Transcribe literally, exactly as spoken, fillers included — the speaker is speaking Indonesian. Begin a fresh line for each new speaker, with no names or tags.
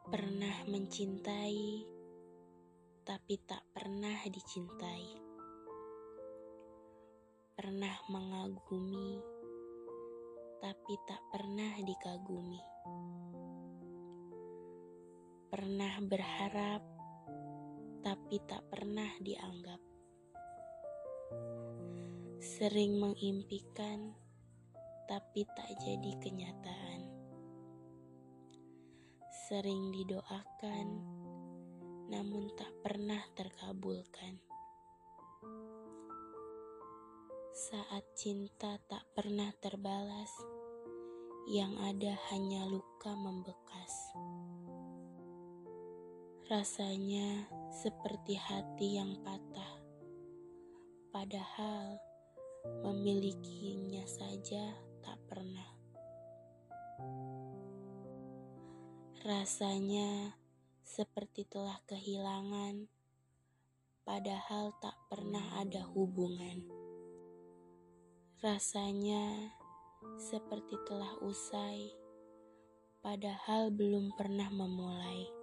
Pernah mencintai, tapi tak pernah dicintai. Pernah mengagumi, tapi tak pernah dikagumi. Pernah berharap, tapi tak pernah dianggap. Sering mengimpikan, tapi tak jadi kenyataan. Sering didoakan, namun tak pernah terkabulkan. Saat cinta tak pernah terbalas, yang ada hanya luka membekas. Rasanya seperti hati yang patah, padahal memilikinya saja tak pernah. Rasanya seperti telah kehilangan, padahal tak pernah ada hubungan. Rasanya seperti telah usai, padahal belum pernah memulai.